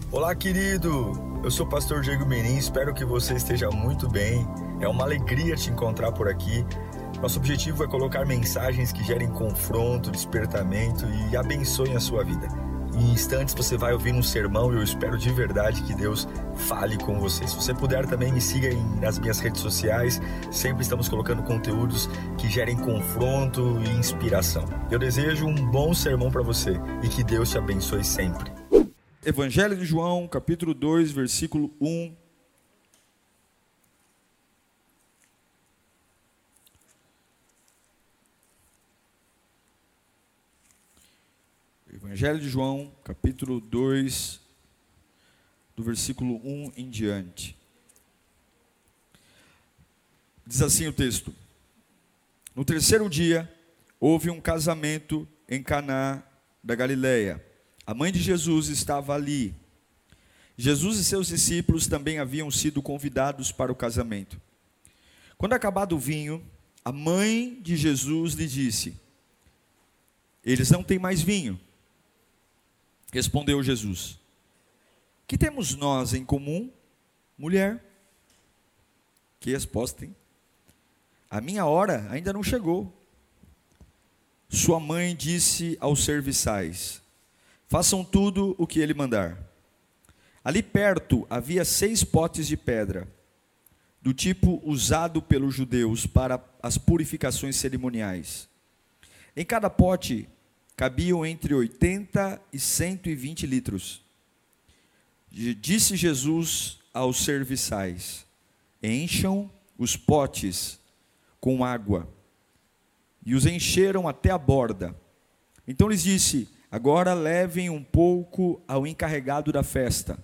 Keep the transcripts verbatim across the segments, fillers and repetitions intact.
Olá, querido! Eu sou o pastor Diego Menin, espero que você esteja muito bem. É uma alegria te encontrar por aqui. Nosso objetivo é colocar mensagens que gerem confronto, despertamento e abençoem a sua vida. Em instantes você vai ouvir um sermão e eu espero de verdade que Deus fale com você. Se você puder também me siga em, nas minhas redes sociais, sempre estamos colocando conteúdos que gerem confronto e inspiração. Eu desejo um bom sermão para você e que Deus te abençoe sempre. Evangelho de João, capítulo dois, versículo um. Evangelho de João, capítulo dois, do versículo um em diante. Diz assim o texto: No terceiro dia, houve um casamento em Caná da Galileia. A mãe de Jesus estava ali. Jesus e seus discípulos também haviam sido convidados para o casamento. Quando acabado o vinho, a mãe de Jesus lhe disse: Eles não têm mais vinho. Respondeu Jesus: Que temos nós em comum, mulher? Que resposta, hein? A minha hora ainda não chegou. Sua mãe disse aos serviçais: Façam tudo o que ele mandar. Ali perto havia seis potes de pedra, do tipo usado pelos judeus para as purificações cerimoniais. Em cada pote cabiam entre oitenta e cento e vinte litros. Disse Jesus aos serviçais: Encham os potes com água. E os encheram até a borda. Então lhes disse: Agora levem um pouco ao encarregado da festa.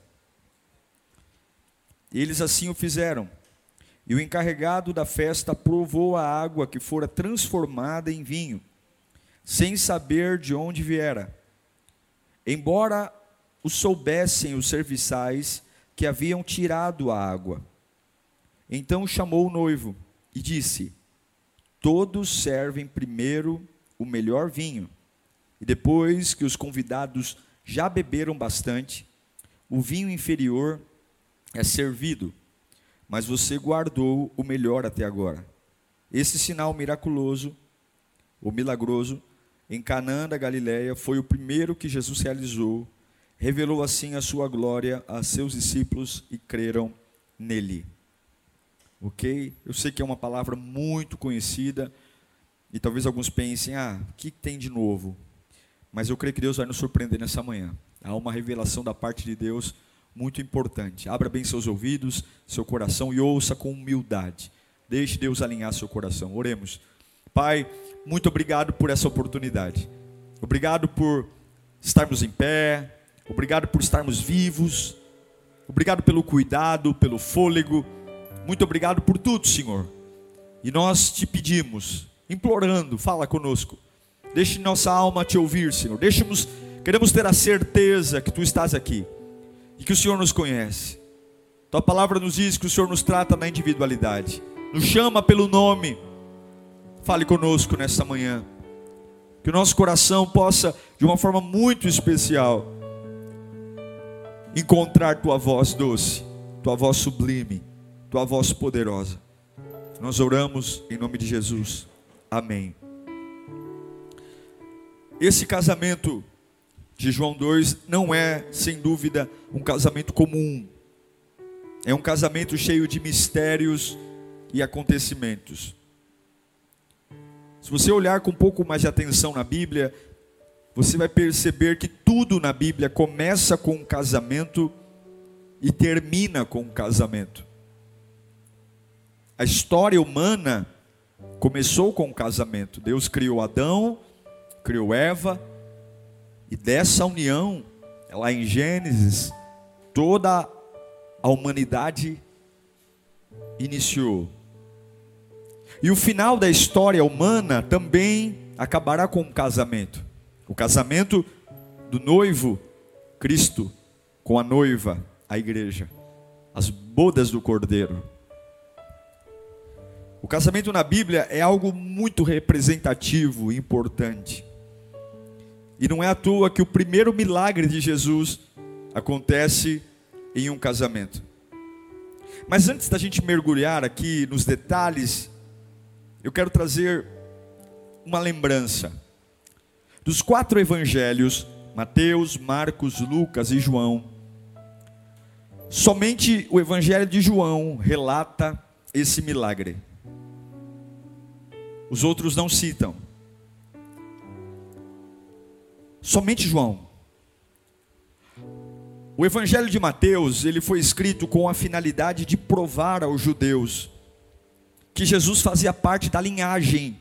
Eles assim o fizeram. E o encarregado da festa provou a água que fora transformada em vinho, sem saber de onde viera. Embora o soubessem os serviçais que haviam tirado a água. Então chamou o noivo e disse: Todos servem primeiro o melhor vinho. E depois que os convidados já beberam bastante, o vinho inferior é servido, mas você guardou o melhor até agora. Esse sinal miraculoso, ou milagroso, em Canaã da Galileia, foi o primeiro que Jesus realizou, revelou assim a sua glória a seus discípulos e creram nele. Ok? Eu sei que é uma palavra muito conhecida, e talvez alguns pensem: ah, o que tem de novo? Mas eu creio que Deus vai nos surpreender nessa manhã. Há uma revelação da parte de Deus muito importante. Abra bem seus ouvidos, seu coração e ouça com humildade. Deixe Deus alinhar seu coração. Oremos. Pai, muito obrigado por essa oportunidade. Obrigado por estarmos em pé. Obrigado por estarmos vivos. Obrigado pelo cuidado, pelo fôlego. Muito obrigado por tudo, Senhor. E nós te pedimos, implorando, fala conosco. Deixe nossa alma te ouvir, Senhor. Deixe-nos, queremos ter a certeza que Tu estás aqui e que o Senhor nos conhece. Tua palavra nos diz que o Senhor nos trata na individualidade, nos chama pelo nome. Fale conosco nesta manhã, que o nosso coração possa, de uma forma muito especial, encontrar Tua voz doce, Tua voz sublime, Tua voz poderosa. Nós oramos em nome de Jesus. Amém. Esse casamento de João dois não é, sem dúvida, um casamento comum. É um casamento cheio de mistérios e acontecimentos. Se você olhar com um pouco mais de atenção na Bíblia, você vai perceber que tudo na Bíblia começa com um casamento e termina com um casamento. A história humana começou com um casamento. Deus criou Adão, criou Eva, e dessa união, lá em Gênesis, toda a humanidade iniciou. E o final da história humana também acabará com um casamento. O casamento do noivo, Cristo, com a noiva, a igreja. As bodas do Cordeiro. O casamento na Bíblia é algo muito representativo e importante. E não é à toa que o primeiro milagre de Jesus acontece em um casamento. Mas antes da gente mergulhar aqui nos detalhes, eu quero trazer uma lembrança. Dos quatro evangelhos, Mateus, Marcos, Lucas e João, somente o evangelho de João relata esse milagre. Os outros não citam. Somente João. O evangelho de Mateus, ele foi escrito com a finalidade de provar aos judeus que Jesus fazia parte da linhagem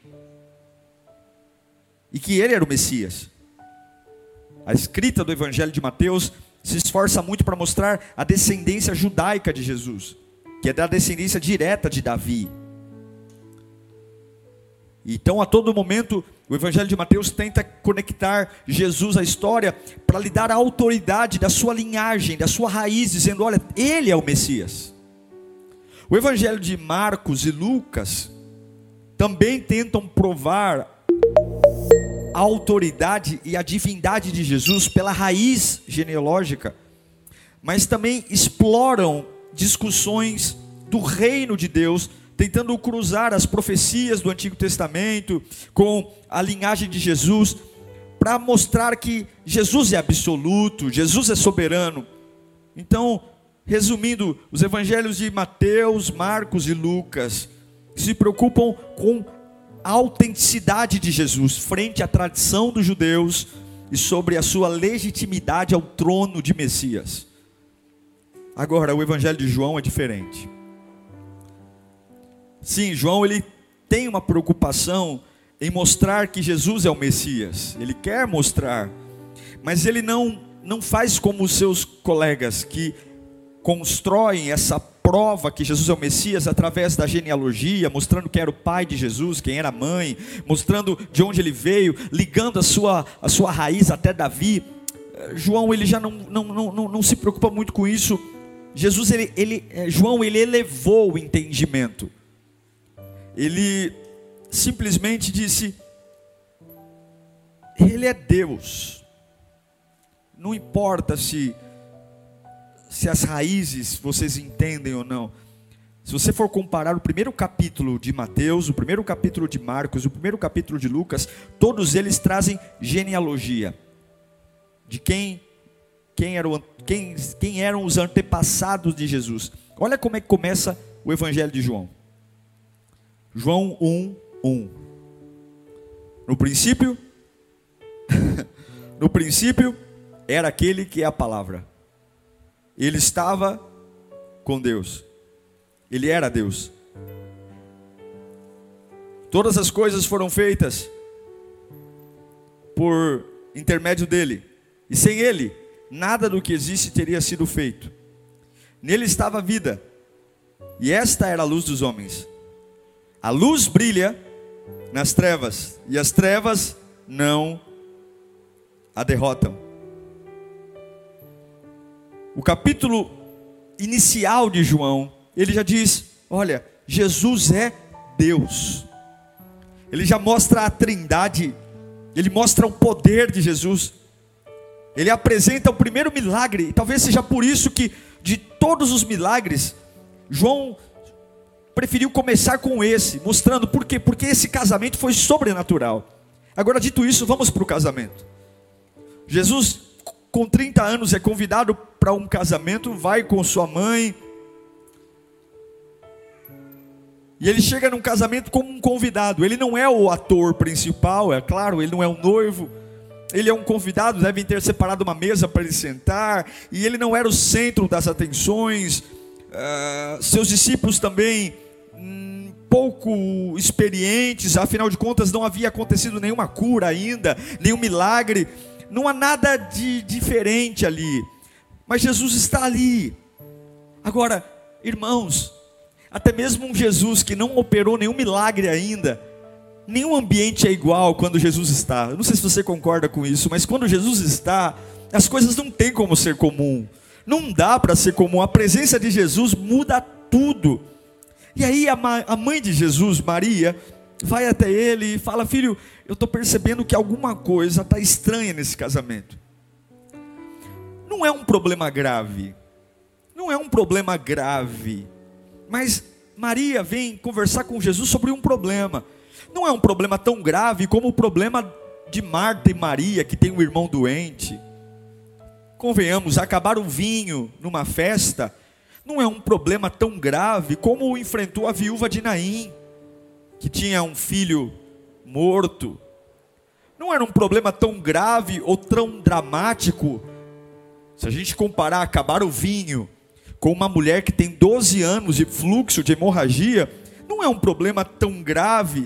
e que ele era o Messias. A escrita do evangelho de Mateus se esforça muito para mostrar a descendência judaica de Jesus, que é da descendência direta de Davi. Então, a todo momento, o evangelho de Mateus tenta conectar Jesus à história para lhe dar a autoridade da sua linhagem, da sua raiz, dizendo: olha, ele é o Messias. O evangelho de Marcos e Lucas também tentam provar a autoridade e a divindade de Jesus pela raiz genealógica, mas também exploram discussões do reino de Deus, tentando cruzar as profecias do Antigo Testamento com a linhagem de Jesus, para mostrar que Jesus é absoluto, Jesus é soberano. Então, resumindo, os evangelhos de Mateus, Marcos e Lucas se preocupam com a autenticidade de Jesus frente à tradição dos judeus e sobre a sua legitimidade ao trono de Messias. Agora, o evangelho de João é diferente. Sim, João ele tem uma preocupação em mostrar que Jesus é o Messias. Ele quer mostrar, mas ele não, não faz como os seus colegas que constroem essa prova que Jesus é o Messias através da genealogia, mostrando quem era o pai de Jesus, quem era a mãe, mostrando de onde ele veio, ligando a sua, a sua raiz até Davi. João ele já não, não, não, não, não se preocupa muito com isso. Jesus, ele, ele, João ele elevou o entendimento. Ele simplesmente disse: ele é Deus. Não importa se se as raízes vocês entendem ou não. Se você for comparar o primeiro capítulo de Mateus, o primeiro capítulo de Marcos, o primeiro capítulo de Lucas, todos eles trazem genealogia de quem quem eram quem, quem eram os antepassados de Jesus. Olha como é que começa o evangelho de João. João um, um. No princípio, no princípio era aquele que é a palavra. Ele estava com Deus. Ele era Deus. Todas as coisas foram feitas por intermédio dele. E sem ele, nada do que existe teria sido feito. Nele estava a vida. E esta era a luz dos homens. A luz brilha nas trevas, e as trevas não a derrotam. O capítulo inicial de João, ele já diz: olha, Jesus é Deus. Ele já mostra a trindade, ele mostra o poder de Jesus. Ele apresenta o primeiro milagre, e talvez seja por isso que, de todos os milagres, João preferiu começar com esse, mostrando por quê? Porque esse casamento foi sobrenatural. Agora, dito isso, vamos para o casamento. Jesus, com trinta anos, é convidado para um casamento, vai com sua mãe, e ele chega num casamento como um convidado. Ele não é o ator principal, é claro, ele não é o noivo, ele é um convidado, devem ter separado uma mesa para ele sentar, e ele não era o centro das atenções. Uh, seus discípulos também hum, pouco experientes, afinal de contas não havia acontecido nenhuma cura ainda, nenhum milagre, não há nada de diferente ali, mas Jesus está ali. Agora, irmãos, até mesmo um Jesus que não operou nenhum milagre ainda, nenhum ambiente é igual quando Jesus está. Eu não sei se você concorda com isso, mas quando Jesus está, as coisas não tem como ser comum. Não dá para ser comum. A presença de Jesus muda tudo. E aí a, a mãe de Jesus, Maria, vai até ele e fala: filho, eu estou percebendo que alguma coisa está estranha nesse casamento. não é um problema grave. Não é um problema grave. Mas Maria vem conversar com Jesus sobre um problema. Não é um problema tão grave como o problema de Marta e Maria, que tem um irmão doente. Convenhamos, acabar o vinho numa festa não é um problema tão grave como enfrentou a viúva de Naim, que tinha um filho morto. Não era um problema tão grave ou tão dramático, se a gente comparar acabar o vinho com uma mulher que tem doze anos de fluxo de hemorragia, não é um problema tão grave.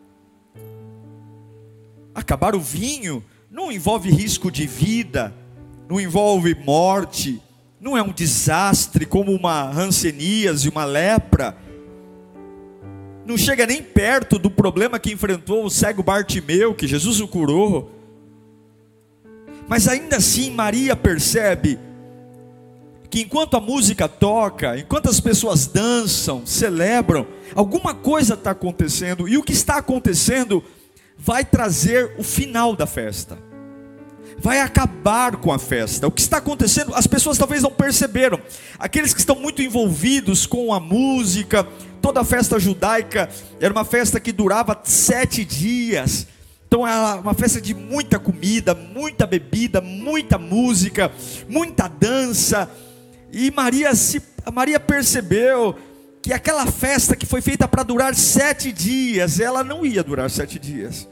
Acabar o vinho não envolve risco de vida, não envolve morte, não é um desastre como uma hanseníase, uma lepra. Não chega nem perto do problema que enfrentou o cego Bartimeu, que Jesus o curou. Mas ainda assim Maria percebe que enquanto a música toca, enquanto as pessoas dançam, celebram, alguma coisa está acontecendo, e o que está acontecendo vai trazer o final da festa, vai acabar com a festa. O que está acontecendo, as pessoas talvez não perceberam. Aqueles que estão muito envolvidos com a música, toda a festa judaica era uma festa que durava sete dias. Então era uma festa de muita comida, muita bebida, muita música, muita dança. E Maria, se, Maria percebeu que aquela festa que foi feita para durar sete dias, ela não ia durar sete dias.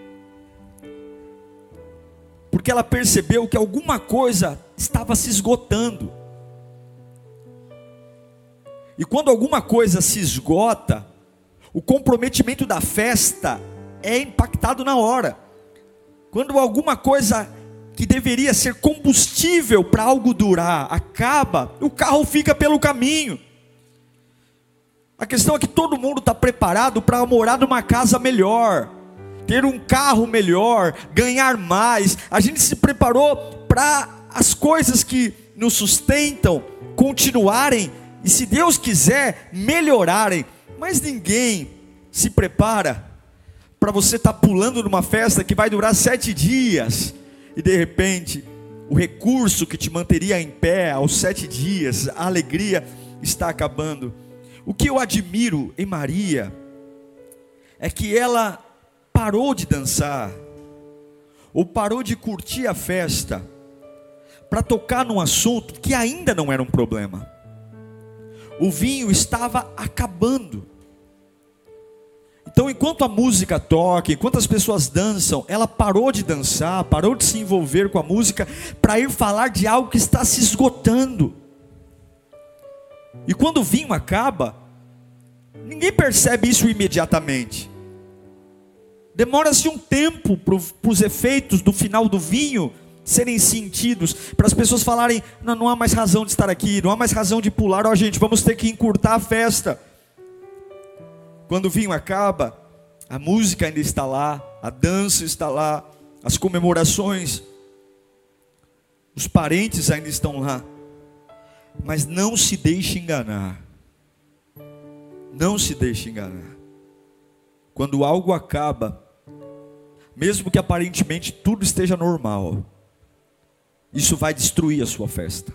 Porque ela percebeu que alguma coisa estava se esgotando. E quando alguma coisa se esgota, o comprometimento da festa é impactado na hora. Quando alguma coisa que deveria ser combustível para algo durar acaba, o carro fica pelo caminho. A questão é que todo mundo está preparado para morar numa casa melhor, ter um carro melhor, ganhar mais. A gente se preparou para as coisas que nos sustentam continuarem e, se Deus quiser, melhorarem. Mas ninguém se prepara para você estar tá pulando numa festa que vai durar sete dias e de repente o recurso que te manteria em pé aos sete dias, a alegria está acabando. O que eu admiro em Maria é que ela parou de dançar, ou parou de curtir a festa, para tocar num assunto que ainda não era um problema. O vinho estava acabando. Então, enquanto a música toca, enquanto as pessoas dançam, ela parou de dançar, parou de se envolver com a música, para ir falar de algo que está se esgotando. E quando o vinho acaba, ninguém percebe isso imediatamente. Demora-se um tempo para os efeitos do final do vinho serem sentidos, para as pessoas falarem, não, não há mais razão de estar aqui, não há mais razão de pular, ó gente, vamos ter que encurtar a festa. Quando o vinho acaba, a música ainda está lá, a dança está lá, as comemorações, os parentes ainda estão lá. Mas não se deixe enganar. Não se deixe enganar. Quando algo acaba, mesmo que aparentemente tudo esteja normal, isso vai destruir a sua festa.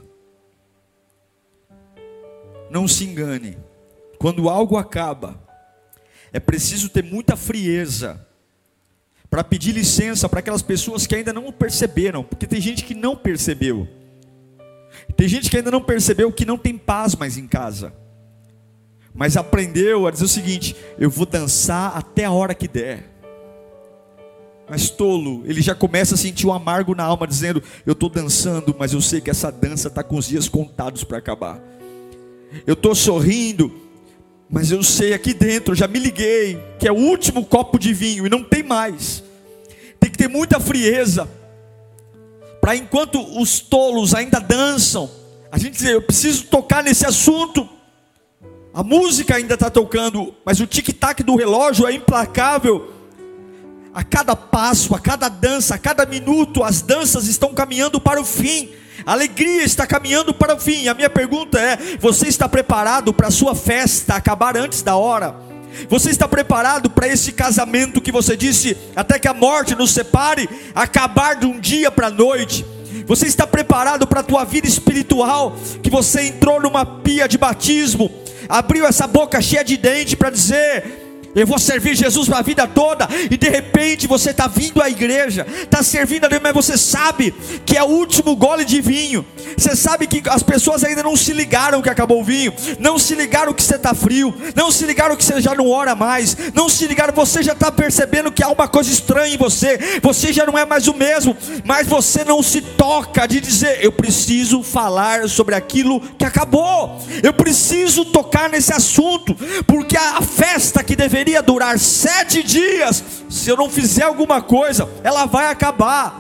Não se engane. Quando algo acaba, é preciso ter muita frieza para pedir licença para aquelas pessoas que ainda não perceberam, porque tem gente que não percebeu. Tem gente que ainda não percebeu que não tem paz mais em casa, mas aprendeu a dizer o seguinte: eu vou dançar até a hora que der. Mas tolo, ele já começa a sentir um amargo na alma, dizendo, eu estou dançando, mas eu sei que essa dança está com os dias contados para acabar. Eu estou sorrindo, mas eu sei aqui dentro, já me liguei, que é o último copo de vinho e não tem mais. Tem que ter muita frieza, para enquanto os tolos ainda dançam, a gente dizer, eu preciso tocar nesse assunto. A música ainda está tocando, mas o tic-tac do relógio é implacável. A cada passo, a cada dança, a cada minuto, as danças estão caminhando para o fim. A alegria está caminhando para o fim. E a minha pergunta é, você está preparado para a sua festa acabar antes da hora? Você está preparado para esse casamento que você disse, até que a morte nos separe, acabar de um dia para a noite? Você está preparado para a tua vida espiritual? Que você entrou numa pia de batismo, abriu essa boca cheia de dente para dizer: eu vou servir Jesus para a vida toda, e de repente você está vindo à igreja, está servindo a Deus, mas você sabe que é o último gole de vinho. Você sabe que as pessoas ainda não se ligaram que acabou o vinho, não se ligaram que você está frio, não se ligaram que você já não ora mais, não se ligaram, você já está percebendo que há uma coisa estranha em você, você já não é mais o mesmo, mas você não se toca de dizer: eu preciso falar sobre aquilo que acabou, eu preciso tocar nesse assunto, porque a festa que deveria Deveria durar sete dias, se eu não fizer alguma coisa, ela vai acabar.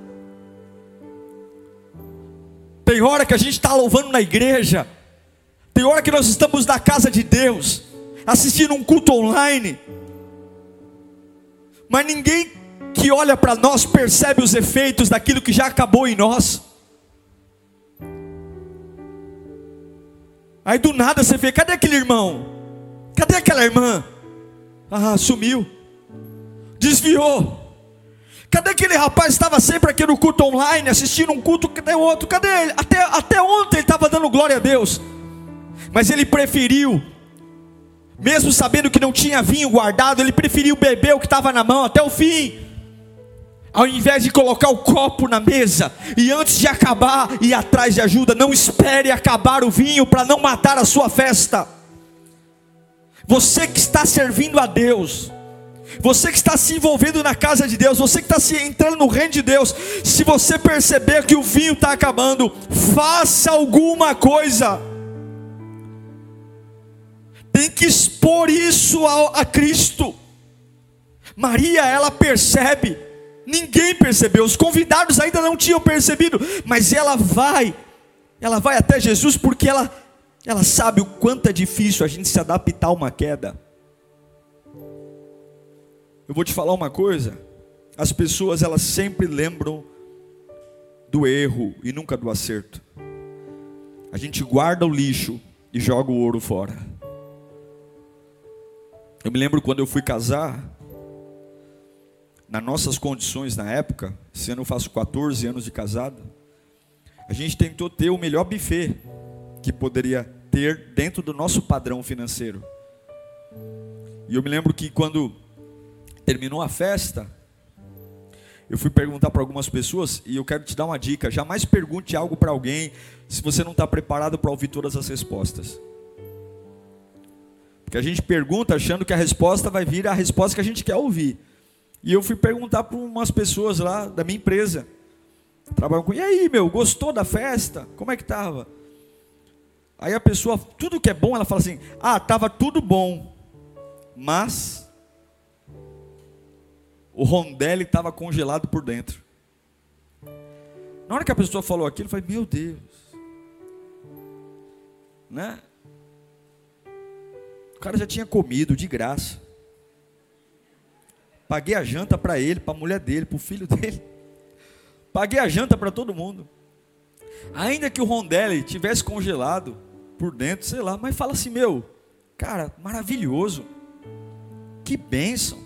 Tem hora que a gente está louvando na igreja, tem hora que nós estamos na casa de Deus, assistindo um culto online, mas ninguém que olha para nós percebe os efeitos daquilo que já acabou em nós. Aí do nada você vê: cadê aquele irmão? Cadê aquela irmã? Ah, sumiu, desviou. Cadê aquele rapaz que estava sempre aqui no culto online, assistindo um culto? Cadê o outro? Cadê ele? Até, até ontem ele estava dando glória a Deus, mas ele preferiu, mesmo sabendo que não tinha vinho guardado, ele preferiu beber o que estava na mão até o fim, ao invés de colocar o copo na mesa e antes de acabar ir atrás de ajuda. Não espere acabar o vinho para não matar a sua festa. Você que está servindo a Deus, você que está se envolvendo na casa de Deus, você que está se entrando no reino de Deus, se você perceber que o vinho está acabando, faça alguma coisa. Tem que expor isso a, a Cristo. Maria, ela percebe, ninguém percebeu, os convidados ainda não tinham percebido, mas ela vai, ela vai até Jesus porque ela Ela sabe o quanto é difícil a gente se adaptar a uma queda. Eu vou te falar uma coisa: as pessoas, elas sempre lembram do erro e nunca do acerto. A gente guarda o lixo e joga o ouro fora. Eu me lembro quando eu fui casar, nas nossas condições na época, esse ano eu faço quatorze anos de casado, a gente tentou ter o melhor buffet que poderia ter dentro do nosso padrão financeiro. E eu me lembro que quando terminou a festa, eu fui perguntar para algumas pessoas, e eu quero te dar uma dica: jamais pergunte algo para alguém se você não está preparado para ouvir todas as respostas. Porque a gente pergunta achando que a resposta vai vir a resposta que a gente quer ouvir. E eu fui perguntar para umas pessoas lá da minha empresa, trabalham com: e aí, meu, gostou da festa? Como é que estava? Aí a pessoa, tudo que é bom, ela fala assim: ah, estava tudo bom, mas o rondelli estava congelado por dentro. Na hora que a pessoa falou aquilo, eu falei: meu Deus, né? O cara já tinha comido de graça, paguei a janta para ele, para a mulher dele, para o filho dele, paguei a janta para todo mundo. Ainda que o rondelli tivesse congelado por dentro, sei lá, mas fala assim: meu, cara, maravilhoso, que bênção.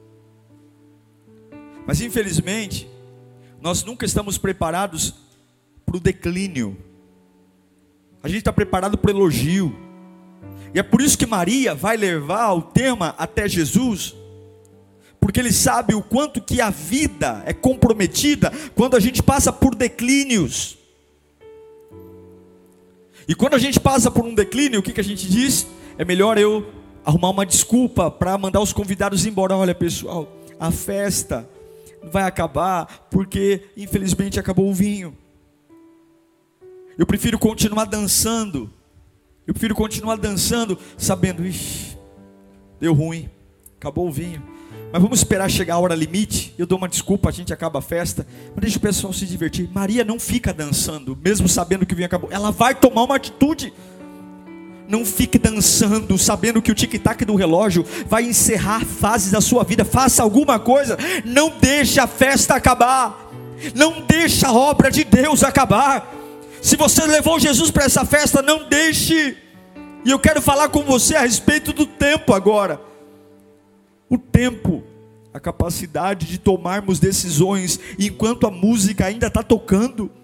Mas infelizmente, nós nunca estamos preparados para o declínio. A gente está preparado para o elogio. E é por isso que Maria vai levar o tema até Jesus, porque ele sabe o quanto que a vida é comprometida quando a gente passa por declínios. E quando a gente passa por um declínio, o que, que a gente diz? É melhor eu arrumar uma desculpa para mandar os convidados embora. Olha, pessoal, a festa vai acabar porque infelizmente acabou o vinho. Eu prefiro continuar dançando. Eu prefiro continuar dançando sabendo: ixi, deu ruim, acabou o vinho. Mas vamos esperar chegar a hora limite, eu dou uma desculpa, a gente acaba a festa, mas deixa o pessoal se divertir. Maria não fica dançando, mesmo sabendo que o vinho acabou. Ela vai tomar uma atitude. Não fique dançando, sabendo que o tic-tac do relógio vai encerrar fases da sua vida. Faça alguma coisa. Não deixe a festa acabar. Não deixe a obra de Deus acabar. Se você levou Jesus para essa festa, não deixe. E eu quero falar com você a respeito do tempo agora. O tempo, a capacidade de tomarmos decisões enquanto a música ainda está tocando.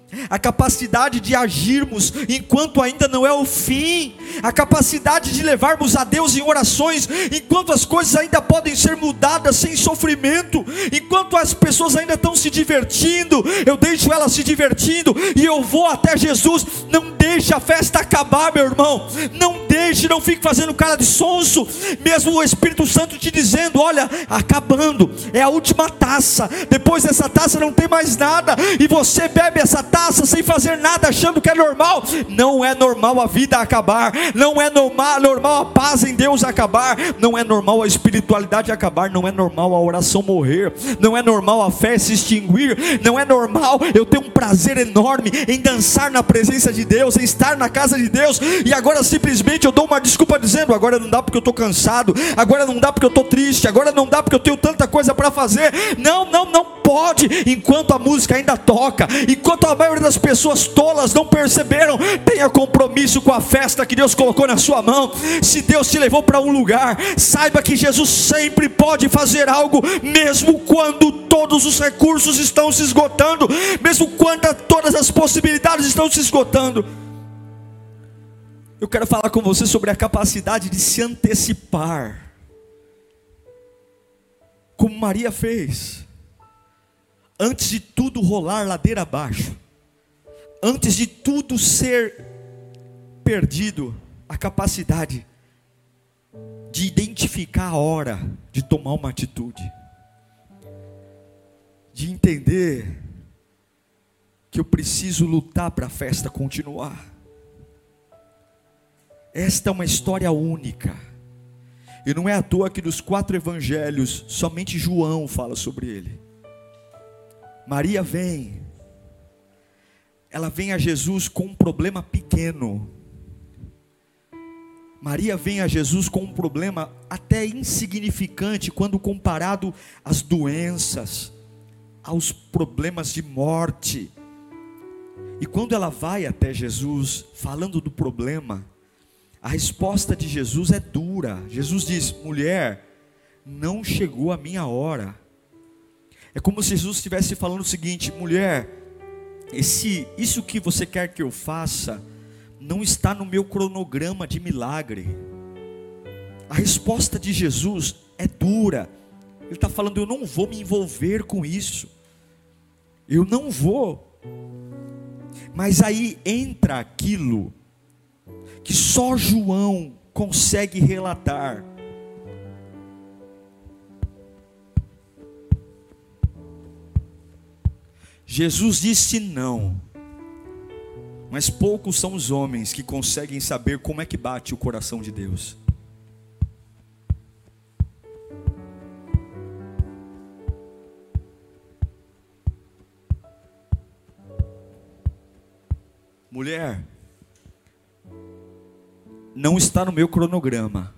a capacidade de agirmos enquanto ainda não é o fim, a capacidade de levarmos a Deus em orações enquanto as coisas ainda podem ser mudadas sem sofrimento, enquanto as pessoas ainda estão se divertindo, eu deixo elas se divertindo e eu vou até Jesus. Não deixe a festa acabar, meu irmão, não deixe, não fique fazendo cara de sonso, mesmo o Espírito Santo te dizendo: olha, acabando, é a última taça, depois dessa taça não tem mais nada, e você bebe essa taça sem fazer nada, achando que é normal. Não é normal a vida acabar, não é normal, normal a paz em Deus acabar, não é normal a espiritualidade acabar, não é normal a oração morrer, não é normal a fé se extinguir, não é normal eu ter um prazer enorme em dançar na presença de Deus, em estar na casa de Deus, e agora simplesmente eu dou uma desculpa dizendo: agora não dá porque eu estou cansado, agora não dá porque eu estou triste, agora não dá porque eu tenho tanta coisa para fazer. Não, não, não pode, enquanto a música ainda toca, enquanto a maioria das pessoas tolas não perceberam. Tenha compromisso com a festa que Deus colocou na sua mão. Se Deus te levou para um lugar, saiba que Jesus sempre pode fazer algo, mesmo quando todos os recursos estão se esgotando, mesmo quando todas as possibilidades estão se esgotando. Eu quero falar com você sobre a capacidade de se antecipar, como Maria fez. Antes de tudo rolar ladeira abaixo, antes de tudo ser perdido, a capacidade de identificar a hora de tomar uma atitude, de entender que eu preciso lutar para a festa continuar. Esta é uma história única, e não é à toa que dos quatro evangelhos, somente João fala sobre ele. Maria vem, ela vem a Jesus com um problema pequeno. Maria vem a Jesus com um problema até insignificante quando comparado às doenças, aos problemas de morte. E quando ela vai até Jesus falando do problema, a resposta de Jesus é dura. Jesus diz: mulher, não chegou a minha hora. É como se Jesus estivesse falando o seguinte: mulher, esse, isso que você quer que eu faça não está no meu cronograma de milagre. A resposta de Jesus é dura. Ele está falando: eu não vou me envolver com isso, eu não vou. Mas aí entra aquilo que só João consegue relatar. Jesus disse não, mas poucos são os homens que conseguem saber como é que bate o coração de Deus. Mulher, não está no meu cronograma,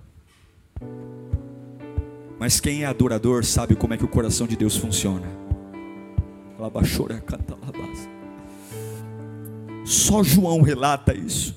mas quem é adorador sabe como é que o coração de Deus funciona. Só João relata isso.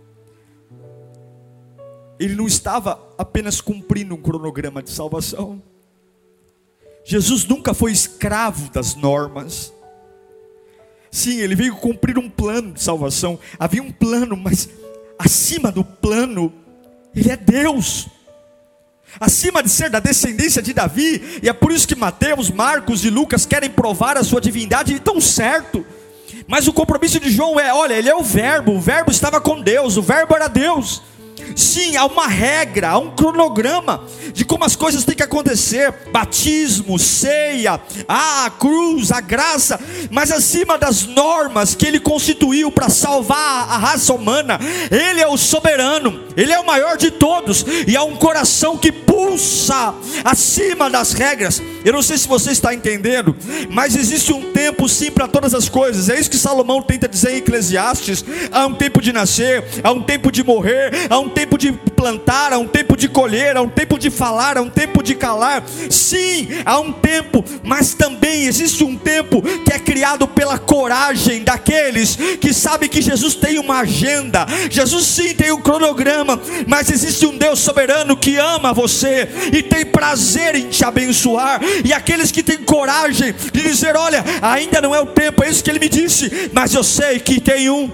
Ele não estava apenas cumprindo um cronograma de salvação. Jesus nunca foi escravo das normas. Sim, ele veio cumprir um plano de salvação. Havia um plano, mas acima do plano, ele é Deus. Acima de ser da descendência de Davi, e é por isso que Mateus, Marcos e Lucas querem provar a sua divindade, e estão certo. Mas o compromisso de João é: olha, ele é o verbo, o verbo estava com Deus, o verbo era Deus. Sim, há uma regra, há um cronograma de como as coisas têm que acontecer. Batismo, ceia, a cruz, a graça. Mas acima das normas que ele constituiu para salvar a raça humana, ele é o soberano, ele é o maior de todos. E há um coração que pulsa acima das regras. Eu não sei se você está entendendo, mas existe um tempo sim para todas as coisas. É isso que Salomão tenta dizer em Eclesiastes. Há um tempo de nascer, há um tempo de morrer, há um tempo de plantar, há um tempo de colher, há um tempo de falar, há um tempo de calar. Sim, há um tempo, mas também existe um tempo que é criado pela coragem daqueles que sabem que Jesus tem uma agenda. Jesus sim tem um cronograma, mas existe um Deus soberano que ama você e tem prazer em te abençoar. E aqueles que têm coragem de dizer: olha, ainda não é o tempo, é isso que ele me disse, mas eu sei que tem um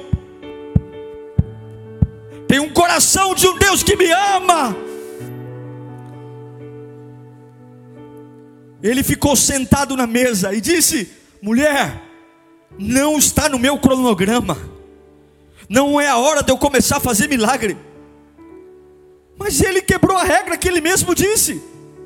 Tem um coração de um Deus que me ama. Ele ficou sentado na mesa e disse: mulher, não está no meu cronograma, não é a hora de eu começar a fazer milagre. Mas ele quebrou a regra que ele mesmo disse.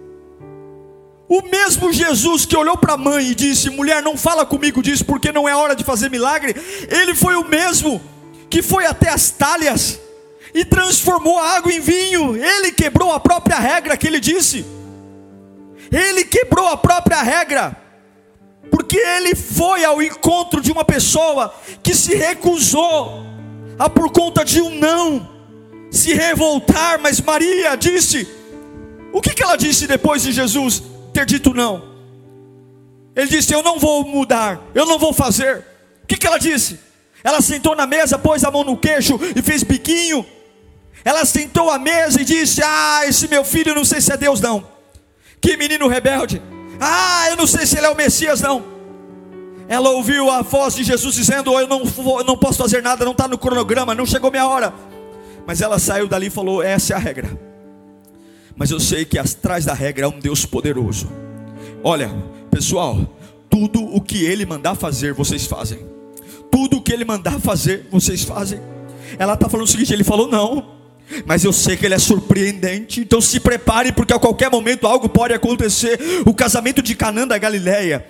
O mesmo Jesus que olhou para a mãe e disse: mulher, não fala comigo disso, porque não é hora de fazer milagre. Ele foi o mesmo que foi até as talhas e transformou a água em vinho. Ele quebrou a própria regra que ele disse. Ele quebrou a própria regra, porque ele foi ao encontro de uma pessoa que se recusou a, por conta de um não, se revoltar. Mas Maria disse, o que, que ela disse depois de Jesus ter dito não? Ele disse: eu não vou mudar, eu não vou fazer. O que, que ela disse? Ela sentou na mesa, pôs a mão no queixo e fez biquinho. Ela sentou à mesa e disse: ah, esse meu filho, não sei se é Deus não. Que menino rebelde. Ah, eu não sei se ele é o Messias não. Ela ouviu a voz de Jesus dizendo: eu não, eu não posso fazer nada, não está no cronograma, não chegou minha hora. Mas ela saiu dali e falou: essa é a regra. Mas eu sei que atrás da regra é um Deus poderoso. Olha, pessoal, tudo o que Ele mandar fazer, vocês fazem. Tudo o que Ele mandar fazer, vocês fazem. Ela está falando o seguinte: Ele falou não, mas eu sei que Ele é surpreendente, então se prepare, porque a qualquer momento algo pode acontecer. O casamento de Canaã da Galileia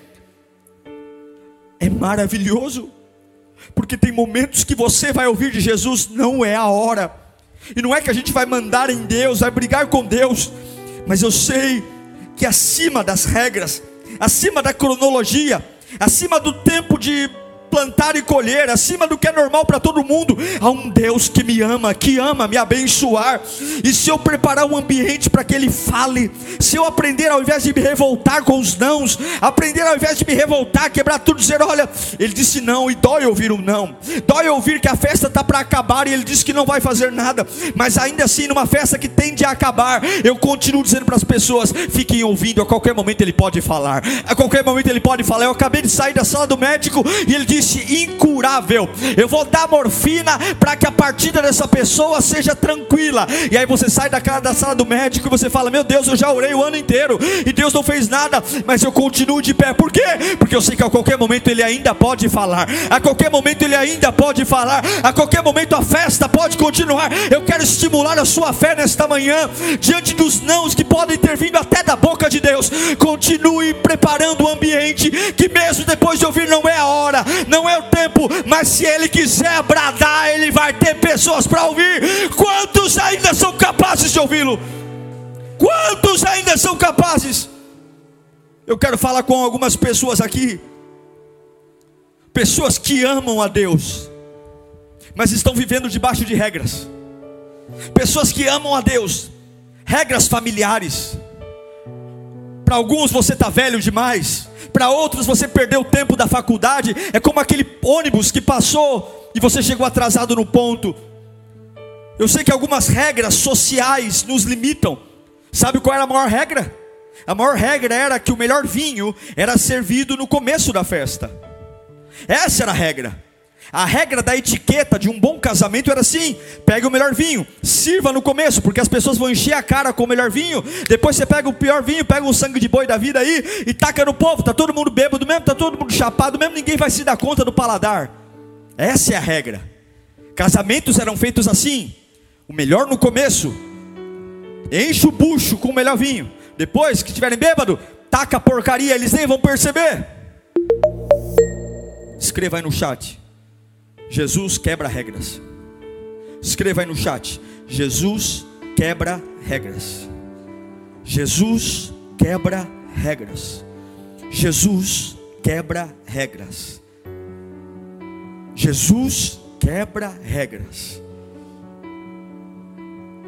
é maravilhoso, porque tem momentos que você vai ouvir de Jesus: não é a hora. E não é que a gente vai mandar em Deus, vai brigar com Deus, mas eu sei que acima das regras, acima da cronologia, acima do tempo de plantar e colher, acima do que é normal para todo mundo, há um Deus que me ama, que ama me abençoar. E se eu preparar um ambiente para que Ele fale, se eu aprender, ao invés de me revoltar com os nãos, aprender ao invés de me revoltar, quebrar tudo, dizer: olha, Ele disse não, e dói ouvir um não, dói ouvir que a festa está para acabar e Ele disse que não vai fazer nada, mas ainda assim numa festa que tende a acabar, eu continuo dizendo para as pessoas: fiquem ouvindo, a qualquer momento Ele pode falar, a qualquer momento Ele pode falar. Eu acabei de sair da sala do médico e ele disse: incurável, eu vou dar morfina para que a partida dessa pessoa seja tranquila. E aí você sai da, da sala do médico e você fala: meu Deus, eu já orei o ano inteiro e Deus não fez nada, mas eu continuo de pé. Por quê? Porque eu sei que a qualquer momento Ele ainda pode falar, a qualquer momento Ele ainda pode falar, a qualquer momento a festa pode continuar. Eu quero estimular a sua fé nesta manhã, diante dos nãos que podem ter vindo até da boca de Deus. Continue preparando o ambiente, que mesmo depois de ouvir não é a hora, não é o tempo, mas se Ele quiser bradar, Ele vai ter pessoas para ouvir. Quantos ainda são capazes de ouvi-lo? Quantos ainda são capazes? Eu quero falar com algumas pessoas aqui, pessoas que amam a Deus, mas estão vivendo debaixo de regras. Pessoas que amam a Deus, regras familiares. Para alguns você está velho demais, para outros você perdeu o tempo da faculdade. É como aquele ônibus que passou e você chegou atrasado no ponto. Eu sei que algumas regras sociais nos limitam. Sabe qual era a maior regra? A maior regra era que o melhor vinho era servido no começo da festa. Essa era a regra. A regra da etiqueta de um bom casamento era assim: pegue o melhor vinho, sirva no começo, porque as pessoas vão encher a cara com o melhor vinho. Depois você pega o pior vinho, pega um sangue de boi da vida aí e taca no povo. Está todo mundo bêbado mesmo, está todo mundo chapado mesmo, ninguém vai se dar conta do paladar. Essa é a regra. Casamentos eram feitos assim: o melhor no começo, enche o bucho com o melhor vinho. Depois que estiverem bêbado, taca a porcaria, eles nem vão perceber. Escreva aí no chat: Jesus quebra regras. Escreva aí no chat: Jesus quebra regras. Jesus quebra regras. Jesus quebra regras. Jesus quebra regras.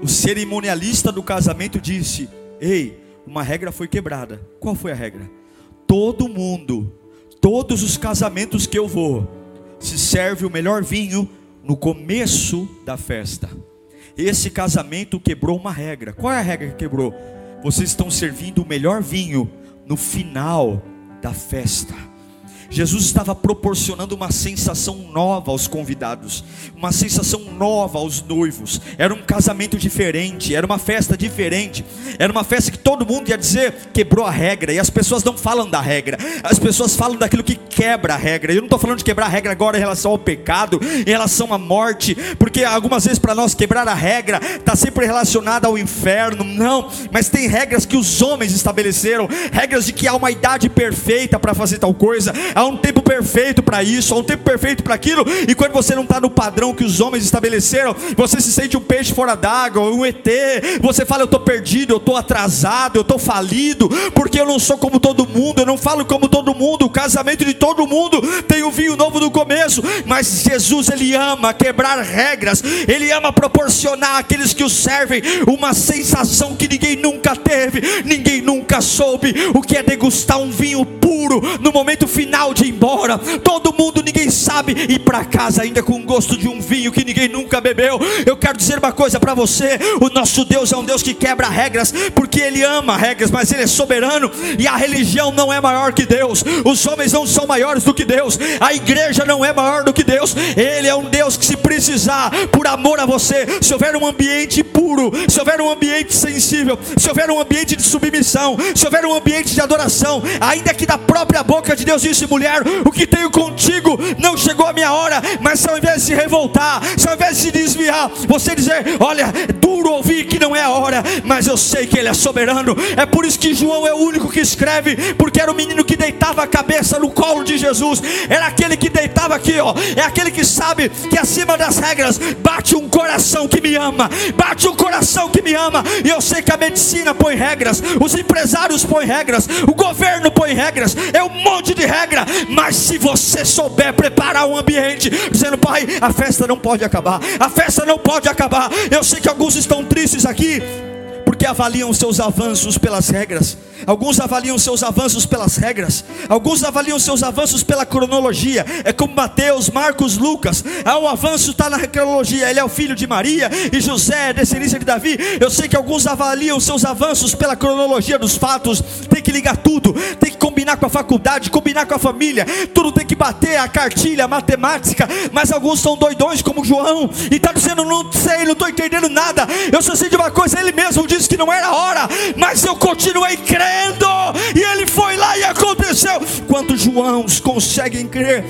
o cerimonialista do casamento disse: ei, uma regra foi quebrada. Qual foi a regra? Todo mundo, todos os casamentos que eu vou, se serve o melhor vinho no começo da festa. Esse casamento quebrou uma regra. Qual é a regra que quebrou? Vocês estão servindo o melhor vinho no final da festa. Jesus estava proporcionando uma sensação nova aos convidados, uma sensação nova aos noivos. Era um casamento diferente, era uma festa diferente, era uma festa que todo mundo ia dizer quebrou a regra. E as pessoas não falam da regra, as pessoas falam daquilo que quebra a regra. Eu não estou falando de quebrar a regra agora em relação ao pecado, em relação à morte, porque algumas vezes para nós quebrar a regra está sempre relacionada ao inferno. Não, mas tem regras que os homens estabeleceram, regras de que há uma idade perfeita para fazer tal coisa, há um tempo perfeito para isso, há um tempo perfeito para aquilo. E quando você não está no padrão que os homens estabeleceram, você se sente um peixe fora d'água, um E T. Você fala: eu estou perdido, eu estou atrasado, eu estou falido, porque eu não sou como todo mundo, eu não falo como todo mundo. O casamento de todo mundo tem um vinho novo no começo. Mas Jesus, Ele ama quebrar regras, Ele ama proporcionar àqueles que o servem uma sensação que ninguém nunca teve, ninguém nunca soube o que é degustar um vinho puro no momento final de ir embora. Todo mundo, ninguém sabe ir para casa ainda com o gosto de um vinho que ninguém nunca bebeu. Eu quero dizer uma coisa para você: o nosso Deus é um Deus que quebra regras, porque Ele ama regras, mas Ele é soberano. E a religião não é maior que Deus, os homens não são maiores do que Deus, a igreja não é maior do que Deus. Ele é um Deus que, se precisar, por amor a você, se houver um ambiente puro, se houver um ambiente sensível, se houver um ambiente de submissão, se houver um ambiente de adoração, ainda que da própria boca de Deus disse: mulher, o que tenho contigo, não chegou a minha hora. Mas se ao invés de se revoltar, se ao invés de se desviar, você dizer: olha, é duro ouvir que não é a hora, mas eu sei que Ele é soberano. É por isso que João é o único que escreve, porque era o menino que deitava a cabeça no colo de Jesus, era aquele que deitava aqui, ó. É aquele que sabe que acima das regras bate um coração que me ama, bate um coração que me ama. E eu sei que a medicina põe regras, os empresários põem regras, o governo põe regras, é um monte de regra. Mas se você souber preparar um ambiente, dizendo: pai, a festa não pode acabar, a festa não pode acabar. Eu sei que alguns estão tristes aqui, porque avaliam seus avanços pelas regras. Alguns avaliam seus avanços pelas regras, alguns avaliam seus avanços pela cronologia. É como Mateus, Marcos, Lucas. Ah, o avanço está na cronologia, ele é o filho de Maria, e José é descendência de Davi. Eu sei que alguns avaliam seus avanços pela cronologia dos fatos. Tem que ligar tudo, tem que combinar com a faculdade, combinar com a família, tudo tem que bater, a cartilha, a matemática. Mas alguns são doidões como João, e está dizendo: não sei, não estou entendendo nada. Eu só sei de uma coisa: ele mesmo disse que não era a hora, mas eu continuei crendo, e ele foi lá e aconteceu. Quantos Joãos conseguem crer?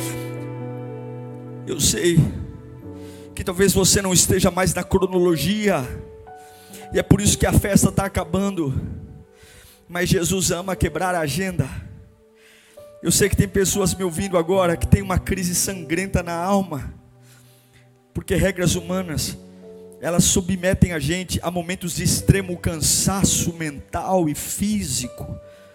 Eu sei que talvez você não esteja mais na cronologia, e é por isso que a festa está acabando. Mas Jesus ama quebrar a agenda. Eu sei que tem pessoas me ouvindo agora que tem uma crise sangrenta na alma, porque regras humanas, elas submetem a gente a momentos de extremo cansaço mental e físico.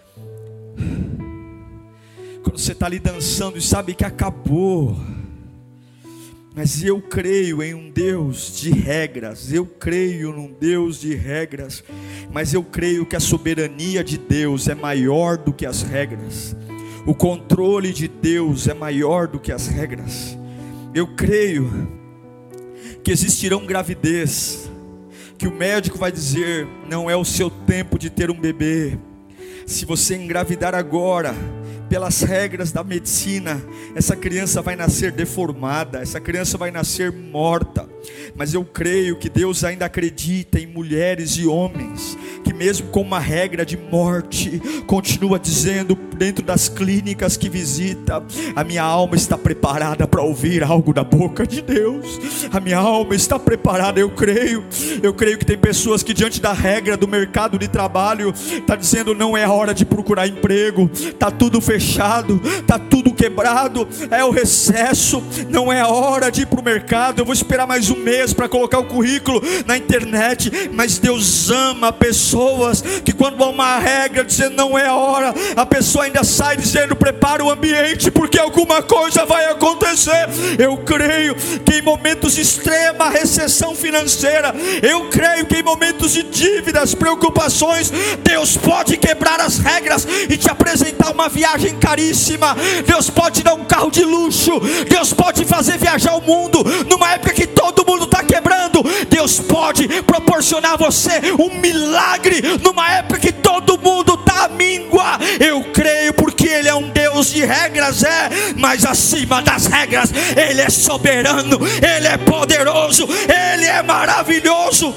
Quando você está ali dançando e sabe que acabou. Mas eu creio em um Deus de regras, eu creio num Deus de regras, mas eu creio que a soberania de Deus é maior do que as regras. O controle de Deus é maior do que as regras. Eu creio que existirão gravidez, que o médico vai dizer: não é o seu tempo de ter um bebê. Se você engravidar agora, pelas regras da medicina, essa criança vai nascer deformada, essa criança vai nascer morta. Mas eu creio que Deus ainda acredita em mulheres e homens que, mesmo com uma regra de morte, continua dizendo dentro das clínicas que visita: a minha alma está preparada para ouvir algo da boca de Deus. A minha alma está preparada. Eu creio, eu creio que tem pessoas que, diante da regra do mercado de trabalho, está dizendo: não é a hora de procurar emprego, está tudo fechado, está tudo quebrado, é o recesso, não é a hora de ir para o mercado, eu vou esperar mais um mês para colocar o currículo na internet. Mas Deus ama pessoas que, quando há uma regra dizendo não é a hora, a pessoa ainda sai dizendo: prepara o ambiente, porque alguma coisa vai acontecer. Eu creio que em momentos de extrema recessão financeira, eu creio que em momentos de dívidas, preocupações, Deus pode quebrar as regras e te apresentar uma viagem caríssima. Deus pode dar um carro de luxo. Deus pode fazer viajar o mundo numa época que todo mundo está quebrando. Deus pode proporcionar a você um milagre numa época que todo mundo está à míngua. Eu creio, porque Ele é um Deus de regras, é, mas acima das regras Ele é soberano, Ele é poderoso, Ele é maravilhoso.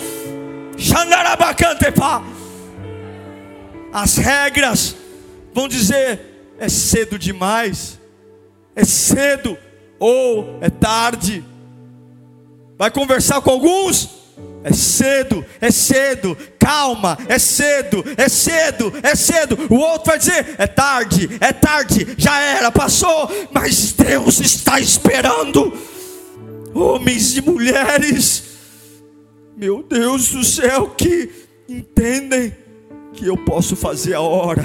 As regras vão dizer: é cedo demais, é cedo ou é tarde. Vai conversar com alguns: é cedo, é cedo, calma, é cedo, é cedo, é cedo. O outro vai dizer: é tarde, é tarde, já era, passou. Mas Deus está esperando homens e mulheres, meu Deus do céu, que entendem que eu posso fazer a hora.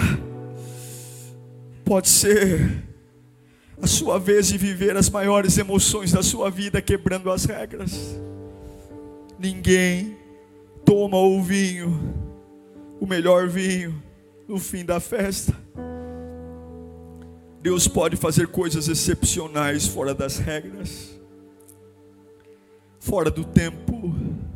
Pode ser a sua vez de viver as maiores emoções da sua vida, quebrando as regras. Ninguém toma o vinho, o melhor vinho, no fim da festa. Deus pode fazer coisas excepcionais fora das regras, fora do tempo.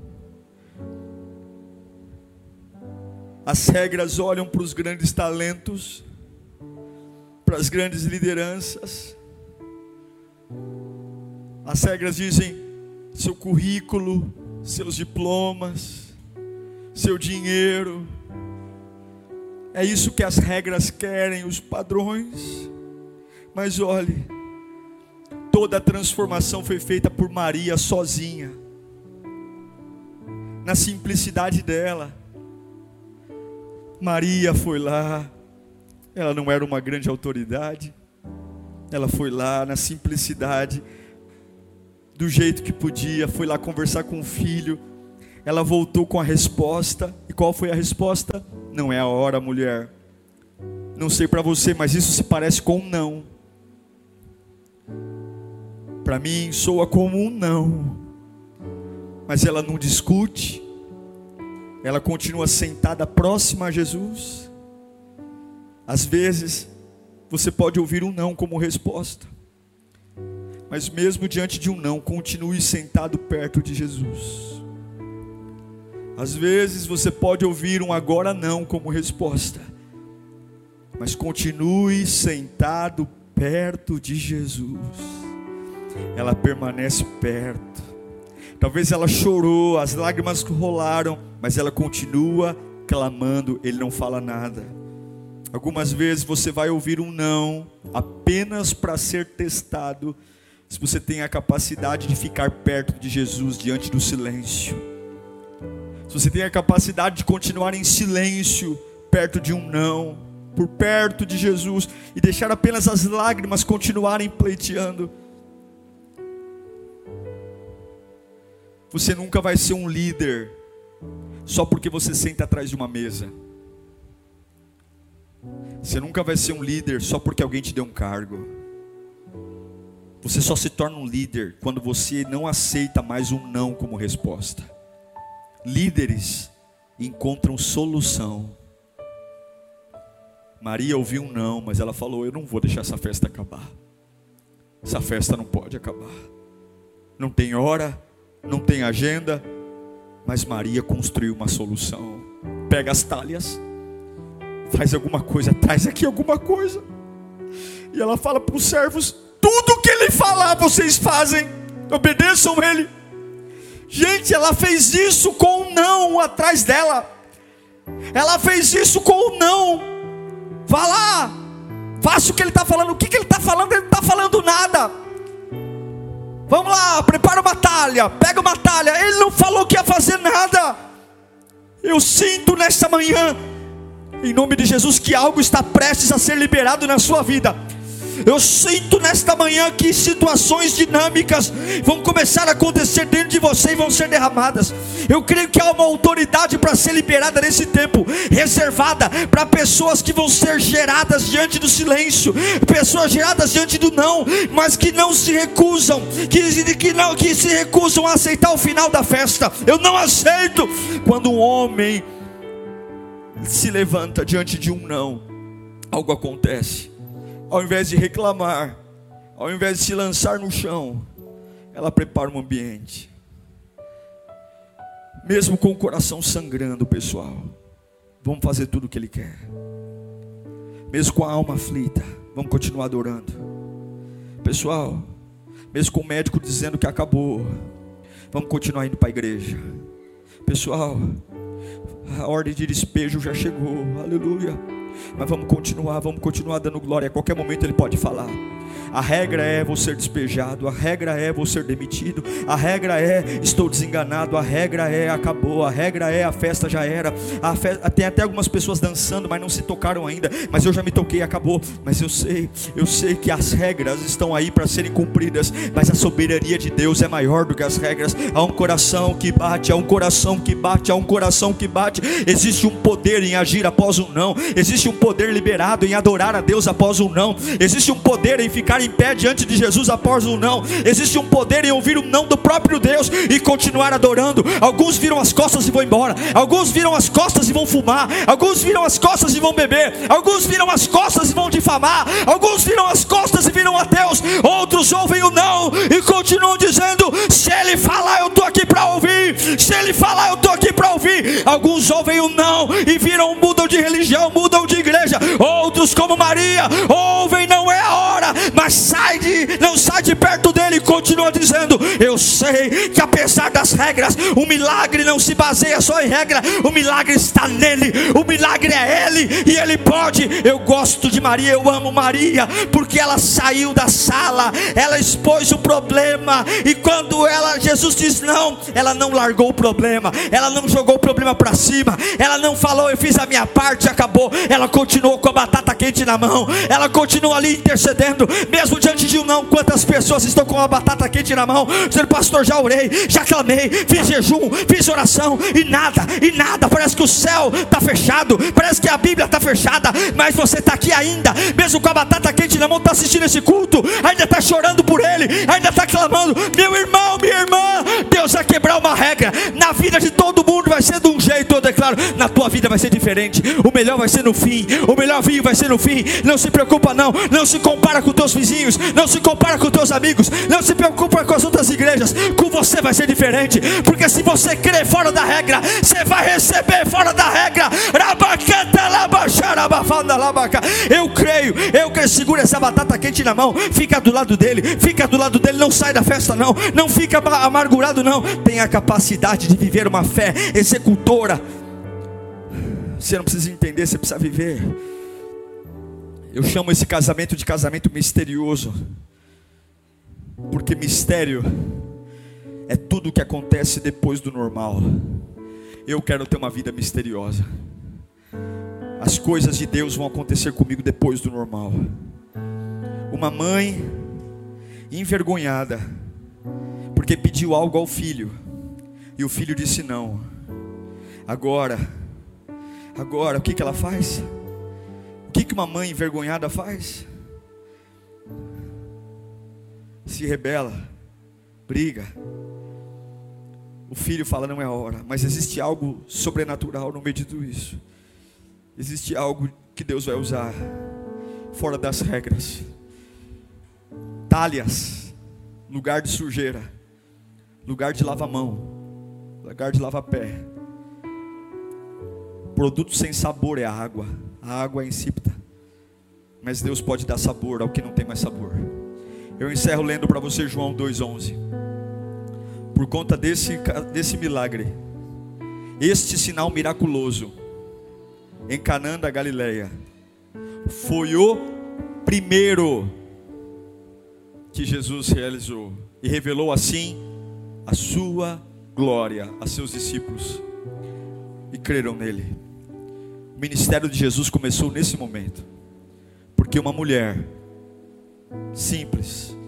As regras olham para os grandes talentos, para as grandes lideranças. As regras dizem: seu currículo, seus diplomas, seu dinheiro. É isso que as regras querem, os padrões. Mas olhe, toda a transformação foi feita por Maria sozinha, na simplicidade dela. Maria foi lá, ela não era uma grande autoridade, ela foi lá na simplicidade, do jeito que podia, foi lá conversar com o filho. Ela voltou com a resposta. E qual foi a resposta? Não é a hora, mulher. Não sei para você, mas isso se parece com um não. Para mim soa como um não. Mas ela não discute, ela continua sentada próxima a Jesus. Às vezes você pode ouvir um não como resposta, mas mesmo diante de um não, continue sentado perto de Jesus. Às vezes você pode ouvir um agora não como resposta, mas continue sentado perto de Jesus. Ela permanece perto. Talvez ela chorou, as lágrimas rolaram, mas ela continua clamando. Ele não fala nada. Algumas vezes você vai ouvir um não apenas para ser testado se você tem a capacidade de ficar perto de Jesus diante do silêncio. Se você tem a capacidade de continuar em silêncio perto de um não, por perto de Jesus, e deixar apenas as lágrimas continuarem pleiteando. Você nunca vai ser um líder só porque você senta atrás de uma mesa. Você nunca vai ser um líder só porque alguém te deu um cargo. Você só se torna um líder quando você não aceita mais um não como resposta. Líderes encontram solução. Maria ouviu um não, mas ela falou: eu não vou deixar essa festa acabar. Essa festa não pode acabar. Não tem hora, não tem agenda, mas Maria construiu uma solução. Pega as talhas, faz alguma coisa, traz aqui alguma coisa. E ela fala para os servos: tudo que ele falar vocês fazem, obedeçam ele. Gente, ela fez isso com um não atrás dela. Ela fez isso com um não. Vá lá, faça o que ele está falando. O que, que ele está falando? Ele não está falando nada. Vamos lá, prepara uma talha, pega uma talha. Ele não falou que ia fazer nada. Eu sinto nesta manhã, em nome de Jesus, que algo está prestes a ser liberado na sua vida. Eu sinto nesta manhã que situações dinâmicas vão começar a acontecer dentro de você e vão ser derramadas. Eu creio que há uma autoridade para ser liberada nesse tempo, reservada para pessoas que vão ser geradas diante do silêncio, pessoas geradas diante do não, mas que não se recusam, que, que, não, que se recusam a aceitar o final da festa. Eu não aceito. Quando um homem se levanta diante de um não, algo acontece. Ao invés de reclamar, ao invés de se lançar no chão, ela prepara um ambiente, mesmo com o coração sangrando, pessoal. Vamos fazer tudo o que Ele quer, mesmo com a alma aflita, vamos continuar adorando, pessoal. Mesmo com o médico dizendo que acabou, vamos continuar indo para a igreja, pessoal. A ordem de despejo já chegou, aleluia. Mas vamos continuar, vamos continuar dando glória. A qualquer momento Ele pode falar. A regra é vou ser despejado, a regra é vou ser demitido, a regra é estou desenganado, a regra é acabou, a regra é a festa já era. A festa, tem até algumas pessoas dançando, mas não se tocaram ainda. Mas eu já me toquei, acabou. Mas eu sei, eu sei que as regras estão aí para serem cumpridas, mas a soberania de Deus é maior do que as regras. Há um coração que bate, há um coração que bate, há um coração que bate. Existe um poder em agir após um não, existe um poder liberado em adorar a Deus após um não, existe um poder em ficar em pé diante de Jesus após um não, existe um poder em ouvir o não do próprio Deus e continuar adorando. Alguns viram as costas e vão embora, alguns viram as costas e vão fumar, alguns viram as costas e vão beber, alguns viram as costas e vão difamar, alguns viram as costas e viram ateus, outros ouvem o não e continuam dizendo: se Ele falar eu estou aqui para ouvir, se Ele falar eu estou aqui para ouvir. Alguns ouvem o não e viram, mudam de religião, mudam de igreja. Outros, como Maria, ouvem, não é a hora, mas sai de, não sai de perto dele e continua dizendo: eu sei que apesar das regras, o milagre não se baseia só em regra, o milagre está nele, o milagre é Ele e Ele pode. Eu gosto de Maria, eu amo Maria, porque ela saiu da sala, ela expôs o problema, e quando ela, Jesus diz não, ela não largou o problema, ela não jogou o problema para cima, ela não falou eu fiz a minha parte, acabou. Ela continuou com a batata quente na mão, ela continua ali intercedendo, mesmo diante de um não. Quantas pessoas estão com a batata quente na mão, dizendo: pastor, já orei, já clamei, fiz jejum, fiz oração, e nada, e nada, parece que o céu está fechado, parece que a Bíblia está fechada, mas você está aqui ainda, mesmo com a batata quente na mão, está assistindo esse culto, ainda está chorando por Ele, ainda está clamando. Meu irmão, minha irmã, Deus vai quebrar uma regra, na vida de todo mundo vai ser de um jeito, eu declaro, na tua vida vai ser diferente, o melhor vai ser no fim, o melhor vinho vai ser no fim. Não se preocupa não, não se compara com teus vizinhos, não se compara com teus amigos, não se preocupa com as outras igrejas, com você vai ser diferente, porque se você crer fora da regra, você vai receber fora da regra. Eu creio, eu creio, segura essa batata quente na mão, fica do lado dele, fica do lado dele, não sai da festa não, não fica amargurado não, tem a capacidade de viver uma fé executora. Você não precisa entender, você precisa viver. Eu chamo esse casamento de casamento misterioso, porque mistério é tudo o que acontece depois do normal. Eu quero ter uma vida misteriosa. As coisas de Deus vão acontecer comigo depois do normal. Uma mãe envergonhada porque pediu algo ao filho e o filho disse não. Agora, agora o que que ela faz? O que que uma mãe envergonhada faz? Se rebela, briga. O filho fala: não é a hora. Mas existe algo sobrenatural no meio de tudo isso. Existe algo que Deus vai usar fora das regras. Talhas, lugar de sujeira, lugar de lava-mão, lugar de lava-pé. Produto sem sabor é a água. A água é insípida, mas Deus pode dar sabor ao que não tem mais sabor. Eu encerro lendo para você João dois onze. Por conta desse, desse milagre, este sinal miraculoso em Canaã da Galileia foi o primeiro que Jesus realizou, e revelou assim a sua glória a seus discípulos, e creram nele. O ministério de Jesus começou nesse momento, porque uma mulher simples,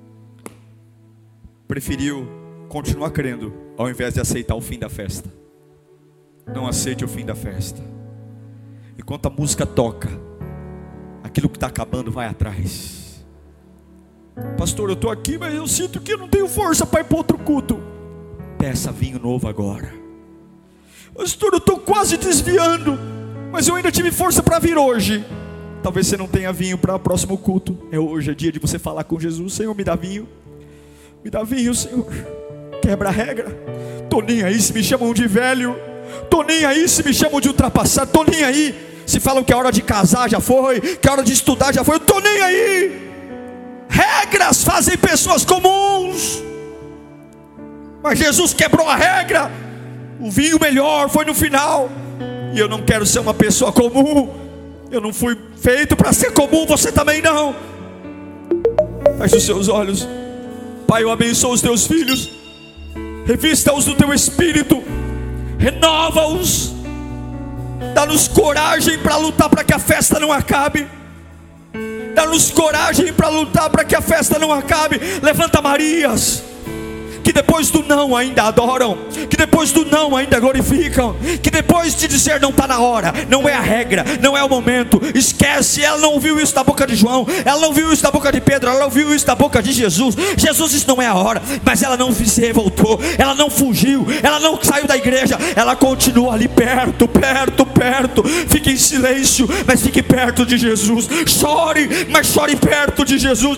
preferiu continuar crendo ao invés de aceitar o fim da festa. Não aceite o fim da festa. Enquanto a música toca, aquilo que está acabando vai atrás. Pastor, eu estou aqui, mas eu sinto que eu não tenho força para ir para outro culto. Peça vinho novo agora. Pastor, eu estou quase desviando, mas eu ainda tive força para vir hoje. Talvez você não tenha vinho para o próximo culto. É hoje, é dia de você falar com Jesus. Senhor, me dá vinho. Me dá vinho, Senhor. Quebra a regra. Estou nem aí se me chamam de velho. Estou nem aí se me chamam de ultrapassado. Estou nem aí se falam que a hora de casar já foi, que a hora de estudar já foi. Eu estou nem aí. Regras fazem pessoas comuns, mas Jesus quebrou a regra. O vinho melhor foi no final. E eu não quero ser uma pessoa comum. Eu não fui feito para ser comum, você também não. Feche os seus olhos. Pai, eu abençoo os teus filhos. Revista-os do teu espírito. Renova-os. Dá-nos coragem para lutar para que a festa não acabe. Dá-nos coragem para lutar para que a festa não acabe. Levanta Marias, que depois do não ainda adoram, que depois do não ainda glorificam, que depois de dizer não está na hora, não é a regra, não é o momento, esquece. Ela não ouviu isso da boca de João, ela não ouviu isso da boca de Pedro, ela ouviu isso da boca de Jesus. Jesus, isso não é a hora, mas ela não se revoltou, ela não fugiu, ela não saiu da igreja, ela continua ali perto, perto, perto. Fique em silêncio, mas fique perto de Jesus. Chore, mas chore perto de Jesus.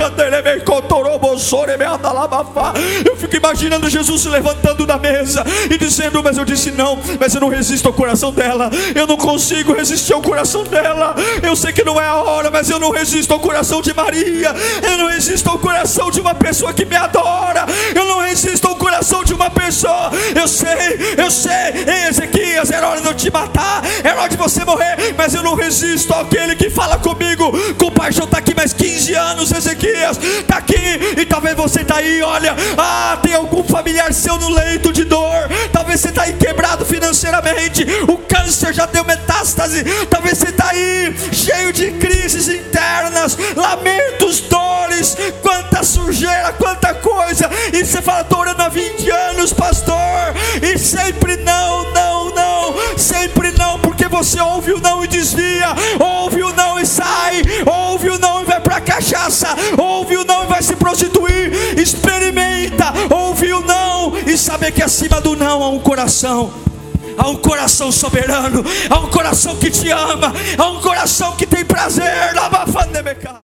Eu fico imaginando Jesus se levantando da mesa e dizendo: mas eu disse não, mas eu não resisto ao coração dela. Eu não consigo resistir ao coração dela. Eu sei que não é a hora, mas eu não resisto ao coração de Maria. Eu não resisto ao coração de uma pessoa que me adora. Eu não resisto ao coração de uma pessoa. Eu sei, eu sei, ei, Ezequias, era hora de eu te matar, era hora de você morrer, mas eu não resisto àquele que fala comigo com paixão. Está aqui mais quinze anos, Ezequias, está aqui. E talvez você está aí, olha, ah, tem algum familiar seu no leito de dor. Talvez você está aí quebrado financeiramente, o câncer já deu metástase. Talvez você está aí cheio de crises internas, lamentos, dores, quanta sujeira, quanta coisa. E você fala: estou orando há vinte anos, pastor, e sempre não, não, não, sempre não, porque você ouve o não e desvia, ouve o não e sai, ouve o não e vai para cachaça, ouve o não e vai se prostituir. Experimenta ouvir o não e saber que acima do não há um coração, há um coração soberano, há um coração que te ama, há um coração que tem prazer.